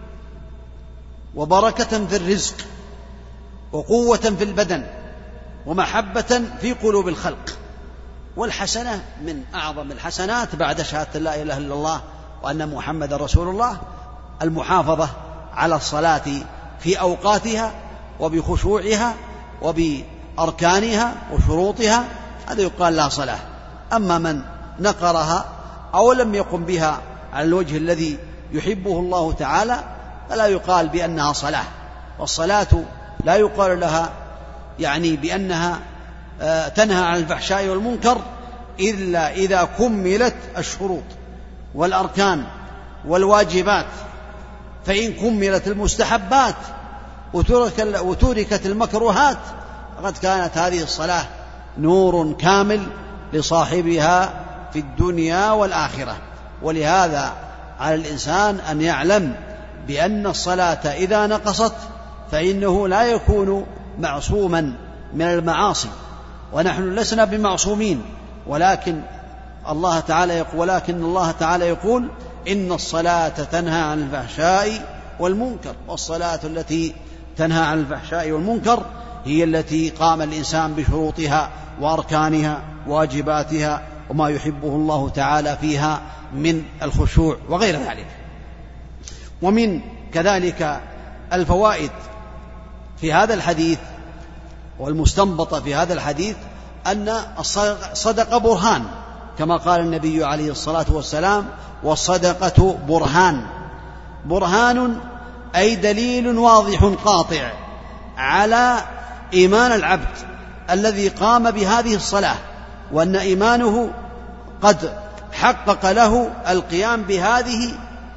وبركة في الرزق وقوة في البدن ومحبة في قلوب الخلق. والحسنة من أعظم الحسنات بعد شهادة لا إله إلا الله وأن محمد رسول الله المحافظة على الصلاة في أوقاتها وبخشوعها وبأركانها وشروطها، هذا يقال لها صلاة. أما من نقرها أو لم يقم بها على الوجه الذي يحبه الله تعالى فلا يقال بأنها صلاة. والصلاة لا يقال لها بأنها تنهى عن الفحشاء والمنكر إلا إذا كملت الشروط والأركان والواجبات. فإن كملت المستحبات وتركت المكروهات فقد كانت هذه الصلاة نور كامل لصاحبها في الدنيا والآخرة. ولهذا على الإنسان أن يعلم بأن الصلاة إذا نقصت فإنه لا يكون معصوما من المعاصي، ونحن لسنا بمعصومين، ولكن الله تعالى يقول: إن الصلاة تنهى عن الفحشاء والمنكر. والصلاة التي تنهى عن الفحشاء والمنكر هي التي قام الإنسان بشروطها وأركانها وواجباتها وما يحبه الله تعالى فيها من الخشوع وغير ذلك. ومن كذلك الفوائد في هذا الحديث والمستنبطة في هذا الحديث أن الصدقة برهان، كما قال النبي عليه الصلاة والسلام: والصدقة برهان أي دليل واضح قاطع على إيمان العبد الذي قام بهذه الصلاة، وأن إيمانه قد حقق له القيام بهذه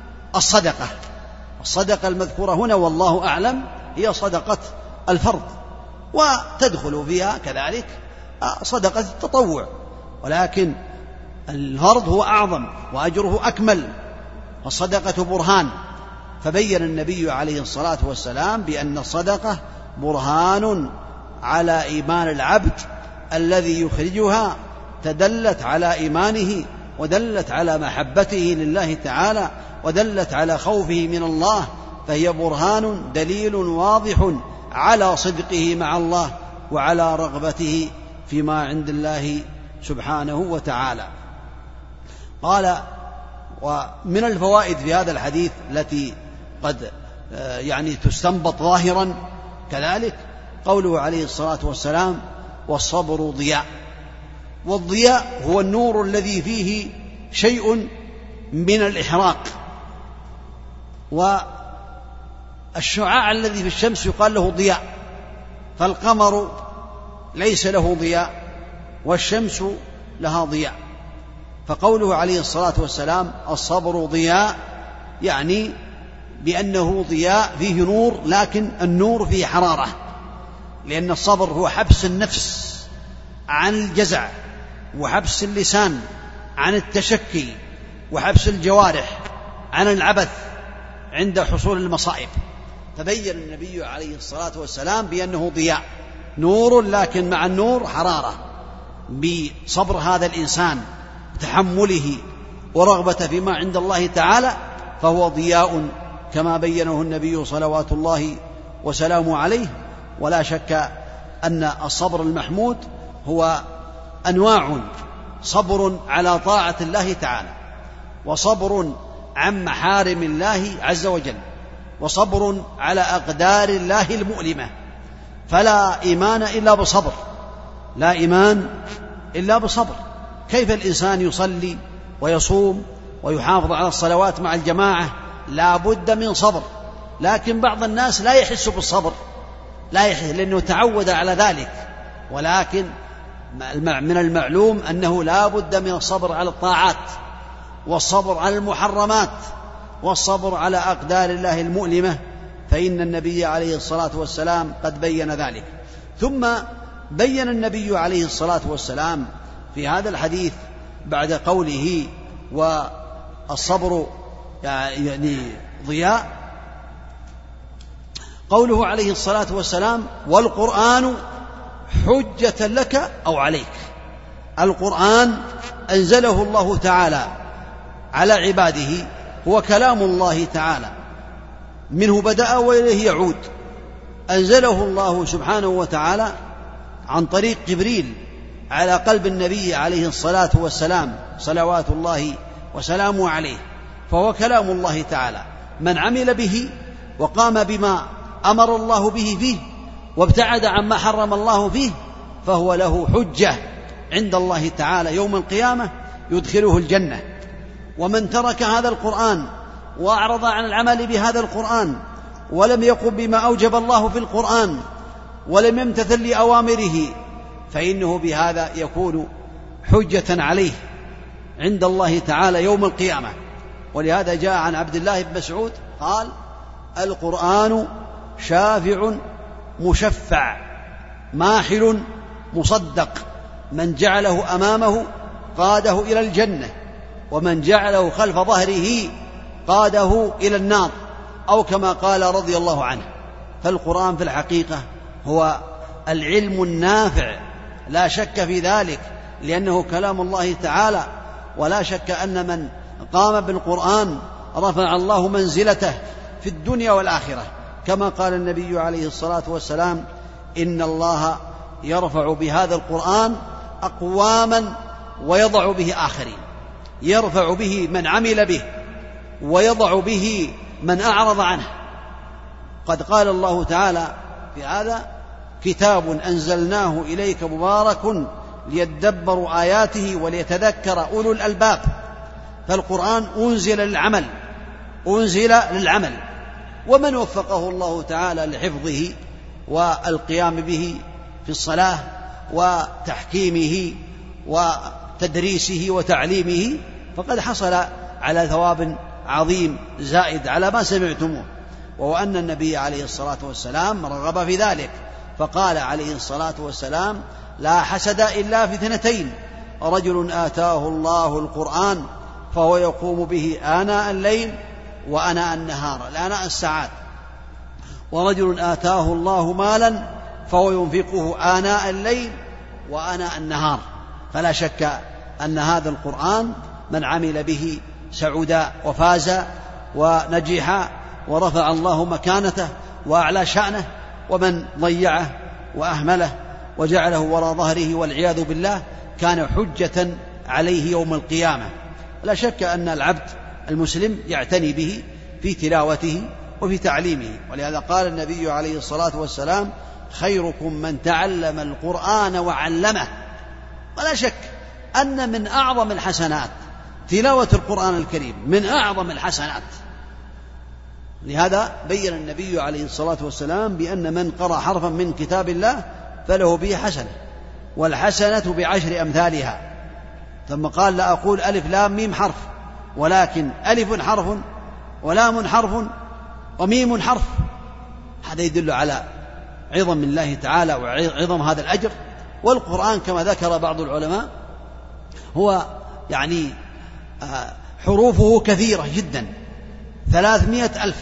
الصدقة المذكورة هنا والله أعلم هي صدقة الفرض، وتدخل فيها كذلك صدقة التطوع، ولكن الفرض هو أعظم وأجره أكمل، والصدقة برهان. فبين النبي عليه الصلاة والسلام بأن الصدقة برهان على إيمان العبد الذي يخرجها، تدلت على إيمانه ودلت على محبته لله تعالى ودلت على خوفه من الله، فهي برهان دليل واضح على صدقه مع الله وعلى رغبته فيما عند الله سبحانه وتعالى. قال: ومن الفوائد في هذا الحديث التي قد تستنبط ظاهرا كذلك قوله عليه الصلاة والسلام: والصبر ضياء. والضياء هو النور الذي فيه شيء من الإحراق، والشعاع الذي في الشمس يقال له ضياء، فالقمر ليس له ضياء والشمس لها ضياء. فقوله عليه الصلاة والسلام: الصبر ضياء، يعني بأنه ضياء فيه نور، لكن النور فيه حرارة، لأن الصبر هو حبس النفس عن الجزع، وحبس اللسان عن التشكي، وحبس الجوارح عن العبث عند حصول المصائب. فبين النبي عليه الصلاة والسلام بأنه ضياء، نور، لكن مع النور حرارة، بصبر هذا الإنسان، تحمله ورغبة فيما عند الله تعالى، فهو ضياء كما بينه النبي صلوات الله وسلامه عليه. ولا شك أن الصبر المحمود هو أنواع: صبر على طاعة الله تعالى، وصبر عن محارم الله عز وجل، وصبر على أقدار الله المؤلمة. فلا إيمان إلا بصبر، لا إيمان إلا بصبر. كيف الإنسان يصلي ويصوم ويحافظ على الصلوات مع الجماعة؟ لا بد من صبر، لكن بعض الناس لا يحس بالصبر، لا يحس لأنه تعود على ذلك. ولكن من المعلوم أنه لا بد من الصبر على الطاعات، والصبر على المحرمات، والصبر على أقدار الله المؤلمة، فإن النبي عليه الصلاة والسلام قد بين ذلك. ثم بين النبي عليه الصلاة والسلام في هذا الحديث بعد قوله: والصبر ضياء، قوله عليه الصلاة والسلام: والقرآن حجة لك أو عليك. القرآن أنزله الله تعالى على عباده، هو كلام الله تعالى، منه بدأ وإليه يعود. أنزله الله سبحانه وتعالى عن طريق جبريل على قلب النبي عليه الصلاة والسلام صلوات الله وسلامه عليه، فهو كلام الله تعالى. من عمل به وقام بما أمر الله به فيه وابتعد عما حرم الله فيه فهو له حجة عند الله تعالى يوم القيامة يدخله الجنة. ومن ترك هذا القرآن وأعرض عن العمل بهذا القرآن ولم يقم بما أوجب الله في القرآن ولم يمتثل لأوامره فإنه بهذا يكون حجة عليه عند الله تعالى يوم القيامة. ولهذا جاء عن عبد الله بن مسعود قال: القرآن شافع مشفع ماحل مصدق، من جعله أمامه قاده إلى الجنة، ومن جعله خلف ظهره قاده إلى النار، أو كما قال رضي الله عنه. فالقرآن في الحقيقة هو العلم النافع، لا شك في ذلك، لأنه كلام الله تعالى. ولا شك أن من قام بالقرآن رفع الله منزلته في الدنيا والآخرة، كما قال النبي عليه الصلاة والسلام: إن الله يرفع بهذا القرآن أقواما ويضع به آخرين، يرفع به من عمل به ويضع به من أعرض عنه. قد قال الله تعالى في هذا: كتاب أنزلناه إليك مبارك ليدبروا آياته وليتذكر أولو الألباب. فالقرآن أنزل للعمل، ومن وفقه الله تعالى لحفظه والقيام به في الصلاة وتحكيمه وتدريسه وتعليمه فقد حصل على ثواب عظيم زائد على ما سمعتموه. وهو أن النبي عليه الصلاة والسلام رغب في ذلك، فقال عليه الصلاة والسلام: لا حسد إلا في اثنتين: رجل آتاه الله القرآن فهو يقوم به آناء الليل وآناء النهار، آناء الساعات، ورجل آتاه الله مالا فهو ينفقه آناء الليل وآناء النهار. فلا شك أن هذا القرآن من عمل به سعد وفاز ونجح ورفع الله مكانته وأعلى شأنه، ومن ضيعه وأهمله وجعله وراء ظهره والعياذ بالله كان حجة عليه يوم القيامة. لا شك أن العبد المسلم يعتني به في تلاوته وفي تعليمه، ولهذا قال النبي عليه الصلاة والسلام: خيركم من تعلم القرآن وعلمه. ولا شك أن من أعظم الحسنات تلاوة القرآن الكريم، من أعظم الحسنات. لهذا بين النبي عليه الصلاة والسلام بأن من قرأ حرفا من كتاب الله فله به حسنة، والحسنة بعشر أمثالها. ثم قال: لا أقول ألف لام ميم حرف، ولكن ألف حرف ولام حرف وميم حرف. هذا يدل على عظم الله تعالى وعظم هذا الأجر. والقرآن كما ذكر بعض العلماء هو يعني حروفه كثيرة جدا، 300,000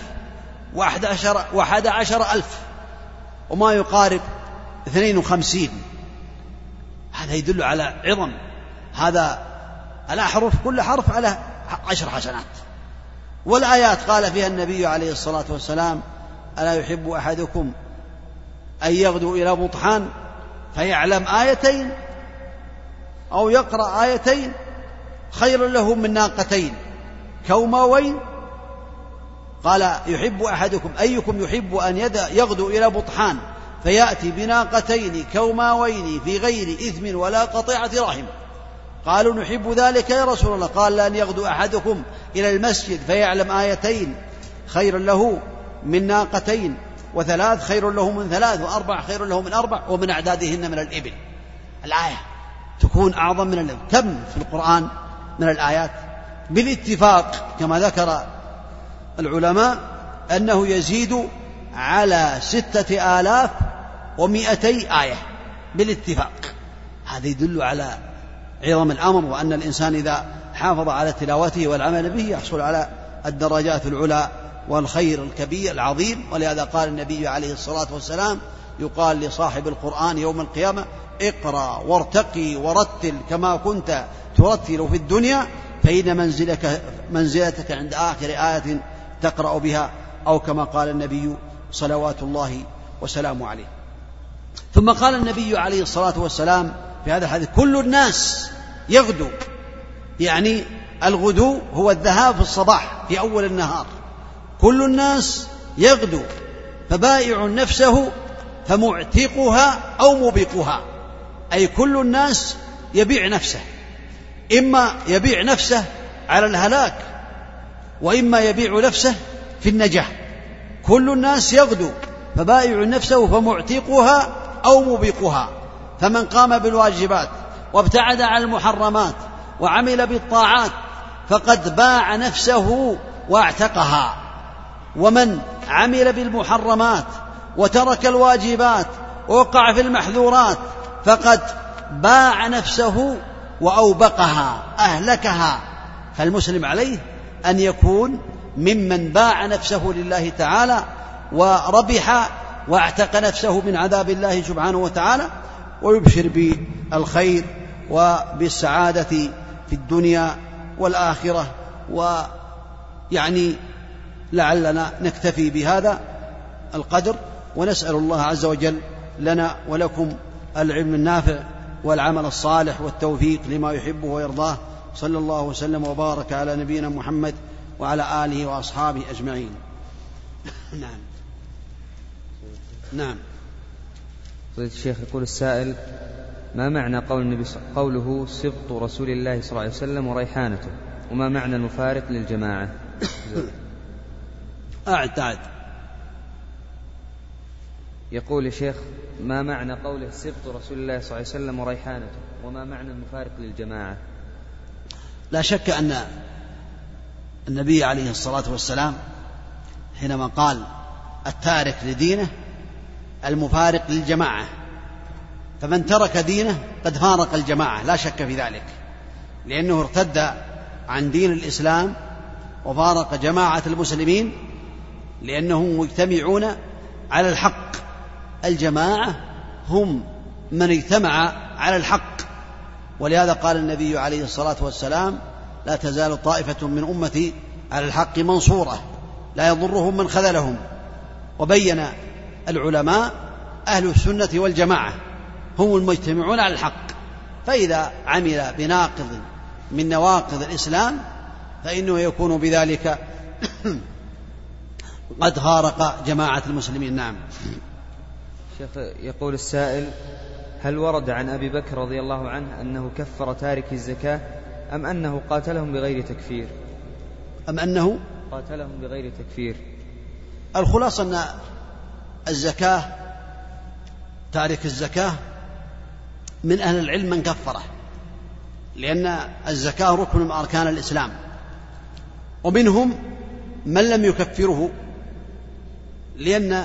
و11,000 وما يقارب 52. هذا يدل على عظم هذا الأحرف، كل حرف على 10 حسنات. والآيات قال فيها النبي عليه الصلاة والسلام: ألا يحب أحدكم أن يغدو إلى بطحان فيعلم آيتين أو يقرأ آيتين خير له من ناقتين كوماوين. قال: يحب أحدكم أيكم يحب أن يغدو إلى بطحان فيأتي بناقتين كوماوين في غير إثم ولا قطيعة رحم. قالوا: نحب ذلك يا رسول الله. قال: لأن يغدو أحدكم إلى المسجد فيعلم آيتين خير له من ناقتين، 3 خير له من 3، 4 خير له من 4، ومن أعدادهن من الإبل. الآية تكون أعظم من الإبل. كم في القرآن من الآيات؟ بالاتفاق كما ذكر العلماء أنه يزيد على 6200 آية بالاتفاق. هذا يدل على عظم الأمر، وأن الإنسان إذا حافظ على تلاوته والعمل به يحصل على الدرجات العلى والخير الكبير العظيم. ولهذا قال النبي عليه الصلاة والسلام: يقال لصاحب القرآن يوم القيامة: اقرأ وارتقي ورتل كما كنت ترتل في الدنيا، فإن منزلتك عند آخر آية تقرأ بها، أو كما قال النبي صلوات الله وسلامه عليه. ثم قال النبي عليه الصلاة والسلام في هذا الحديث: كل الناس يغدو، يعني الغدو هو الذهاب في الصباح في أول النهار. كل الناس يغدو فبائع نفسه فمعتقها أو موبقها، أي كل الناس يبيع نفسه، إما يبيع نفسه على الهلاك وإما يبيع نفسه في النجاة. كل الناس يغدو فبائع نفسه فمعتقها أو موبقها. فمن قام بالواجبات وابتعد عن المحرمات وعمل بالطاعات فقد باع نفسه واعتقها. ومن عمل بالمحرمات وترك الواجبات ووقع في المحذورات فقد باع نفسه وأوبقها، أهلكها. فالمسلم عليه أن يكون ممن باع نفسه لله تعالى وربح واعتق نفسه من عذاب الله سبحانه وتعالى، ويبشر بالخير وبالسعادة في الدنيا والآخرة. ويعني لعلنا نكتفي بهذا القدر، ونسأل الله عز وجل لنا ولكم العلم النافع والعمل الصالح والتوفيق لما يحبه ويرضاه. صلى الله وسلم وبارك على نبينا محمد وعلى آله وأصحابه أجمعين. نعم. فضيلة الشيخ، يقول السائل: ما معنى قوله سبط رسول الله صلى الله عليه وسلم وريحانته، وما معنى المفارق للجماعة؟ أعد. يقول يا شيخ: ما معنى قوله سبط رسول الله صلى الله عليه وسلم وريحانته، وما معنى المفارق للجماعة؟ لا شك أن النبي عليه الصلاة والسلام حينما قال التارك لدينه المفارق للجماعة، فمن ترك دينه قد فارق الجماعة لا شك في ذلك، لأنه ارتد عن دين الإسلام وفارق جماعة المسلمين، لأنهم مجتمعون على الحق. الجماعة هم من اجتمع على الحق. ولهذا قال النبي عليه الصلاة والسلام: لا تزال طائفة من أمتي على الحق منصورة لا يضرهم من خذلهم. وبين العلماء أهل السنة والجماعة هم المجتمعون على الحق، فإذا عمل بناقض من نواقض الإسلام فإنه يكون بذلك قد خارق جماعة المسلمين. نعم. شيخ، يقول السائل: هل ورد عن أبي بكر رضي الله عنه أنه كفر تارك الزكاة أم أنه قاتلهم بغير تكفير؟ أم أنه قاتلهم بغير تكفير. الخلاصة أن الزكاة، تارك الزكاة من أهل العلم من كفره، لأن الزكاة ركن من أركان الإسلام، ومنهم من لم يكفره، لأن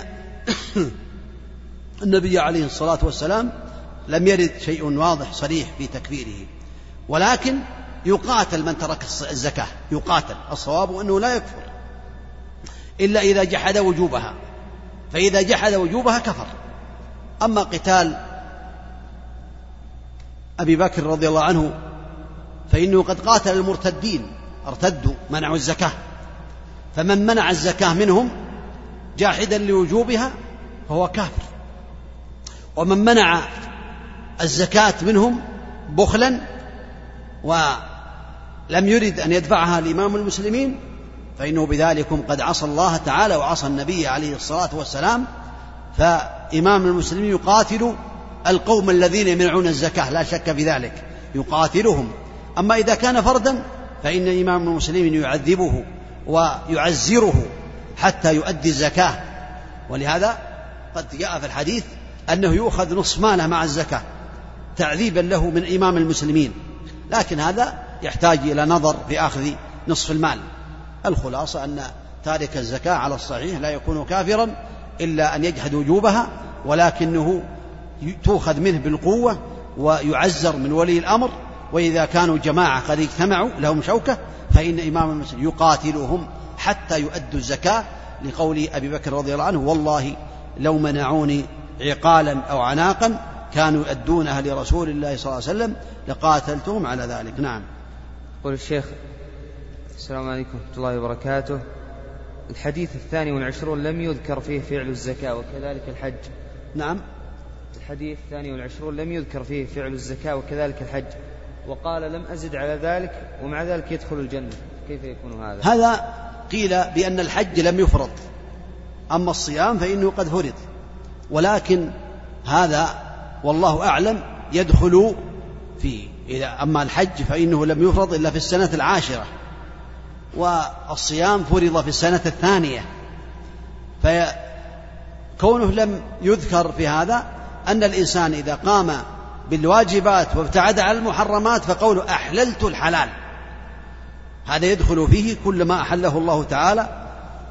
النبي عليه الصلاة والسلام لم يرد شيء واضح صريح في تكفيره، ولكن يقاتل من ترك الزكاة، يقاتل. الصواب أنه لا يكفر إلا إذا جحد وجوبها، فإذا جحد وجوبها كفر. أما قتال أبي بكر رضي الله عنه فإنه قد قاتل المرتدين، ارتدوا منعوا الزكاة، فمن منع الزكاة منهم جاحدا لوجوبها فهو كافر، ومن منع الزكاة منهم بخلا ولم يرد أن يدفعها لإمام المسلمين فإنه بذلكم قد عصى الله تعالى وعصى النبي عليه الصلاة والسلام. فإمام المسلمين يقاتل القوم الذين يمنعون الزكاة، لا شك في ذلك، يقاتلهم. أما إذا كان فردا فإن إمام المسلمين يعذبه ويعزره حتى يؤدي الزكاة، ولهذا قد جاء في الحديث أنه يؤخذ نصف ماله مع الزكاة تعذيبا له من إمام المسلمين، لكن هذا يحتاج إلى نظر في أخذ نصف المال. الخلاصة أن تارك الزكاة على الصحيح لا يكون كافرا إلا أن يجحد وجوبها، ولكنه تؤخذ منه بالقوة ويعزر من ولي الأمر، وإذا كانوا جماعة قد اجتمعوا لهم شوكة فإن إمام المسلمين يقاتلهم حتى يؤدوا الزكاة، لقول أبي بكر رضي الله عنه: والله لو منعوني عقالا أو عناقا كانوا يؤدونها لرسول الله صلى الله عليه وسلم لقاتلتهم على ذلك. نعم. يقول الشيخ: السلام عليكم ورحمة الله وبركاته. الحديث 22 لم يذكر فيه فعل الزكاة وكذلك الحج. نعم. الحديث 22 لم يذكر فيه فعل الزكاة وكذلك الحج، وقال: لم أزد على ذلك ومع ذلك يدخل الجنة. كيف يكون هذا؟ هذا قيل بأن الحج لم يفرض، أما الصيام فإنه قد فرض، ولكن هذا والله أعلم يدخل فيه. أما الحج فإنه لم يفرض إلا في السنة 10، والصيام فرض في السنة 2، فكونه لم يذكر في هذا أن الإنسان إذا قام بالواجبات وابتعد عن المحرمات فقوله أحللت الحلال، هذا يدخل فيه كل ما أحله الله تعالى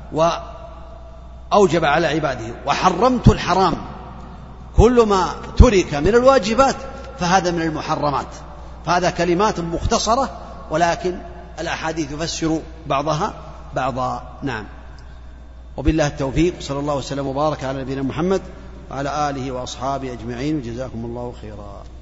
وأوجب على عباده، وحرمت الحرام، كل ما ترك من الواجبات فهذا من المحرمات. فهذا كلمات مختصرة، ولكن الأحاديث يفسر بعضها بعضا. نعم. وبالله التوفيق، صلى الله وسلم وبارك على نبينا محمد وعلى آله وأصحابه أجمعين، وجزاكم الله خيرا.